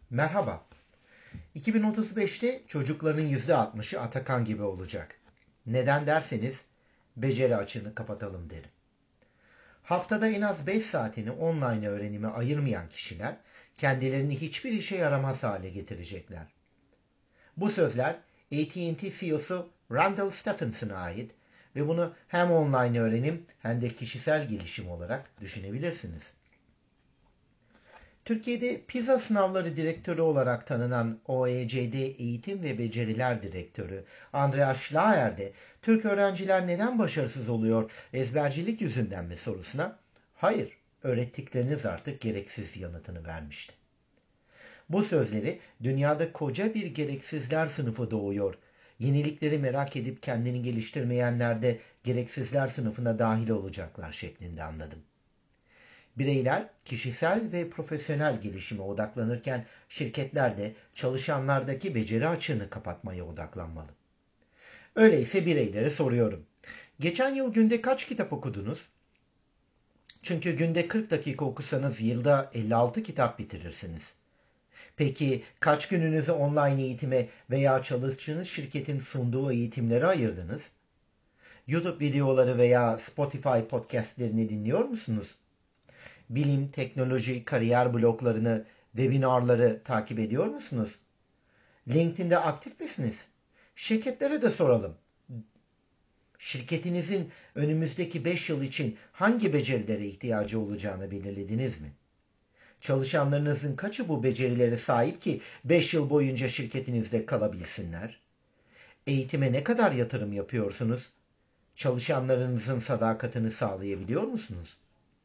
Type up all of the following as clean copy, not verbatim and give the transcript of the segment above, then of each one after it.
Merhaba. 2035'te çocukların %60'ı Atakan gibi olacak. Neden derseniz beceri açığını kapatalım derim. Haftada en az 5 saatini online öğrenime ayırmayan kişiler kendilerini hiçbir işe yaramaz hale getirecekler. Bu sözler AT&T CEO'su Randall Stephenson'a ait ve bunu hem online öğrenim hem de kişisel gelişim olarak düşünebilirsiniz. Türkiye'de PISA sınavları direktörü olarak tanınan OECD Eğitim ve Beceriler Direktörü Andreas Schlaer de Türk öğrenciler neden başarısız oluyor, ezbercilik yüzünden mi sorusuna hayır, öğrettikleriniz artık gereksiz yanıtını vermişti. Bu sözleri dünyada koca bir gereksizler sınıfı doğuyor. Yenilikleri merak edip kendini geliştirmeyenler de gereksizler sınıfına dahil olacaklar şeklinde anladım. Bireyler kişisel ve profesyonel gelişime odaklanırken şirketler de çalışanlardaki beceri açığını kapatmaya odaklanmalı. Öyleyse bireylere soruyorum. Geçen yıl günde kaç kitap okudunuz? Çünkü günde 40 dakika okusanız yılda 56 kitap bitirirsiniz. Peki kaç gününüzü online eğitime veya çalıştığınız şirketin sunduğu eğitimlere ayırdınız? YouTube videoları veya Spotify podcastlerini dinliyor musunuz? Bilim, teknoloji, kariyer bloglarını, webinarları takip ediyor musunuz? LinkedIn'de aktif misiniz? Şirketlere de soralım. Şirketinizin önümüzdeki 5 yıl için hangi becerilere ihtiyacı olacağını belirlediniz mi? Çalışanlarınızın kaçı bu becerilere sahip ki 5 yıl boyunca şirketinizde kalabilsinler? Eğitime ne kadar yatırım yapıyorsunuz? Çalışanlarınızın sadakatini sağlayabiliyor musunuz?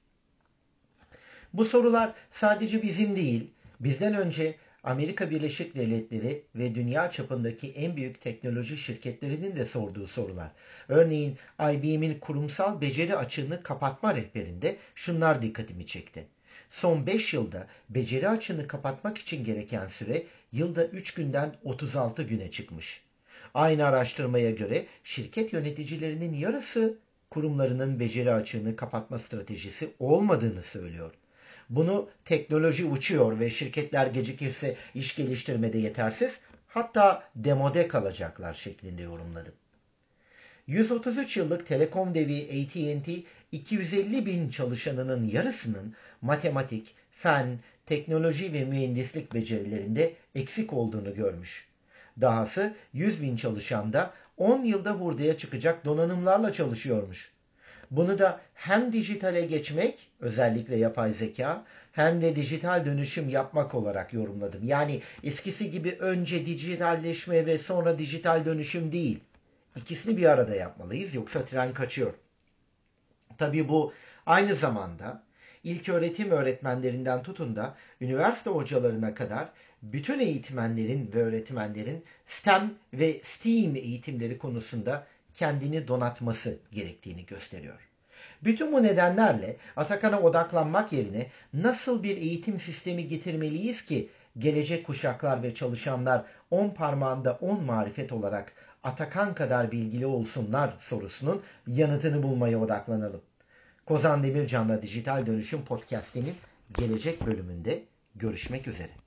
Bu sorular sadece bizim değil, bizden önce Amerika Birleşik Devletleri ve dünya çapındaki en büyük teknoloji şirketlerinin de sorduğu sorular. Örneğin IBM'in kurumsal beceri açığını kapatma rehberinde şunlar dikkatimi çekti. Son 5 yılda beceri açığını kapatmak için gereken süre yılda 3 günden 36 güne çıkmış. Aynı araştırmaya göre şirket yöneticilerinin yarısı kurumlarının beceri açığını kapatma stratejisi olmadığını söylüyor. Bunu teknoloji uçuyor ve şirketler gecikirse iş geliştirmede yetersiz, hatta demode kalacaklar şeklinde yorumladı. 133 yıllık telekom devi AT&T 250 bin çalışanının yarısının matematik, fen, teknoloji ve mühendislik becerilerinde eksik olduğunu görmüş. Dahası 100 bin çalışan da 10 yılda hurdaya çıkacak donanımlarla çalışıyormuş. Bunu da hem dijitale geçmek, özellikle yapay zeka, hem de dijital dönüşüm yapmak olarak yorumladım. Yani eskisi gibi önce dijitalleşme ve sonra dijital dönüşüm değil. İkisini bir arada yapmalıyız, yoksa tren kaçıyor. Tabii bu aynı zamanda ilköğretim öğretmenlerinden tutun da üniversite hocalarına kadar bütün eğitmenlerin ve öğretmenlerin STEM ve STEAM eğitimleri konusunda kendini donatması gerektiğini gösteriyor. Bütün bu nedenlerle Atakan'a odaklanmak yerine nasıl bir eğitim sistemi getirmeliyiz ki gelecek kuşaklar ve çalışanlar 10 parmağında 10 marifet olarak Atakan kadar bilgili olsunlar sorusunun yanıtını bulmaya odaklanalım. Kozan Demircan'la Dijital Dönüşüm Podcast'inin gelecek bölümünde görüşmek üzere.